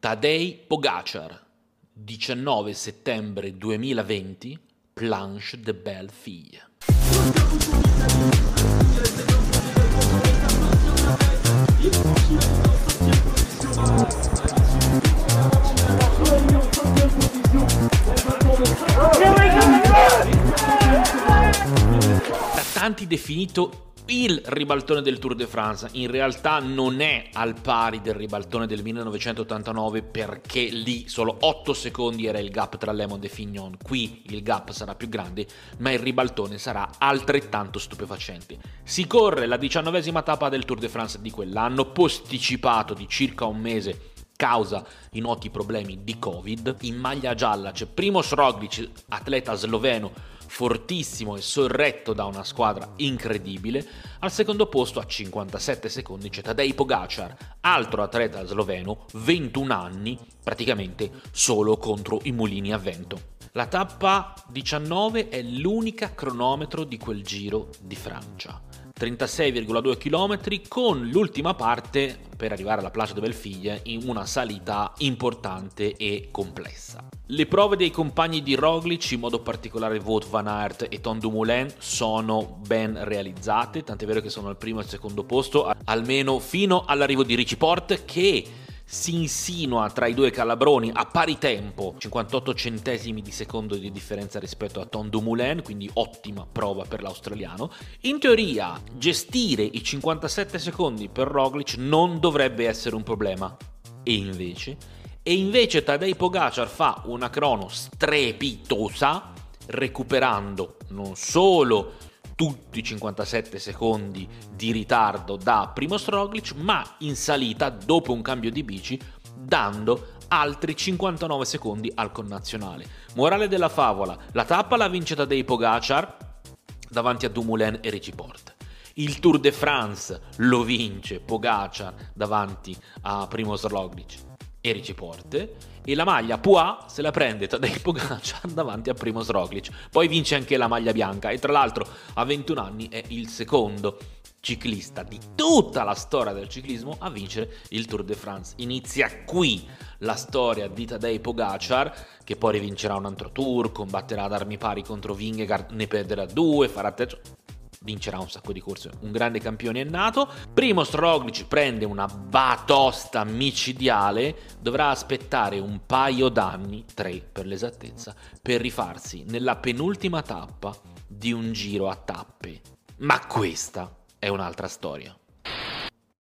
Tadej Pogačar, 19 settembre 2020, Planche de Belle Fille. Da tanti definito il ribaltone del Tour de France, in realtà non è al pari del ribaltone del 1989, perché lì solo 8 secondi era il gap tra Le Mans e Fignon. Qui il gap sarà più grande, ma il ribaltone sarà altrettanto stupefacente. Si corre la 19ª tappa del Tour de France di quell'anno, posticipato di circa un mese causa i noti problemi di Covid. In maglia gialla c'è Primož Roglič, atleta sloveno fortissimo e sorretto da una squadra incredibile. Al secondo posto, a 57 secondi, c'è Tadej Pogačar, altro atleta sloveno, 21 anni, praticamente solo contro i mulini a vento. La tappa 19 è l'unica cronometro di quel Giro di Francia. 36,2 km con l'ultima parte per arrivare alla Planche de Belle Fille in una salita importante e complessa. Le prove dei compagni di Roglič, in modo particolare Wout van Aert e Tom Dumoulin, sono ben realizzate, tant'è vero che sono al primo e al secondo posto, almeno fino all'arrivo di Richie Porte, che si insinua tra i due calabroni a pari tempo, 58 centesimi di secondo di differenza rispetto a Tom Dumoulin, quindi ottima prova per l'australiano. In teoria gestire i 57 secondi per Roglič non dovrebbe essere un problema, e invece Tadej Pogačar fa una crono strepitosa, recuperando non solo tutti i 57 secondi di ritardo da Primož Roglič, ma in salita, dopo un cambio di bici, dando altri 59 secondi al connazionale. Morale della favola: la tappa la vince Tadej Pogačar davanti a Dumoulin e Richie Porte. Il Tour de France lo vince Pogačar davanti a Primož Roglič e Richie Porte, e la maglia Poix se la prende Tadej Pogačar davanti a Primož Roglič. Poi vince anche la maglia bianca, e tra l'altro a 21 anni è il secondo ciclista di tutta la storia del ciclismo a vincere il Tour de France. Inizia qui la storia di Tadej Pogačar, che poi rivincerà un altro Tour, combatterà ad armi pari contro Vingegaard, ne perderà 2, farà terzo, vincerà un sacco di corse. Un grande campione è nato. Primož Roglič prende una batosta micidiale, dovrà aspettare un paio d'anni, 3 per l'esattezza, per rifarsi nella penultima tappa di un Giro a tappe. Ma questa è un'altra storia.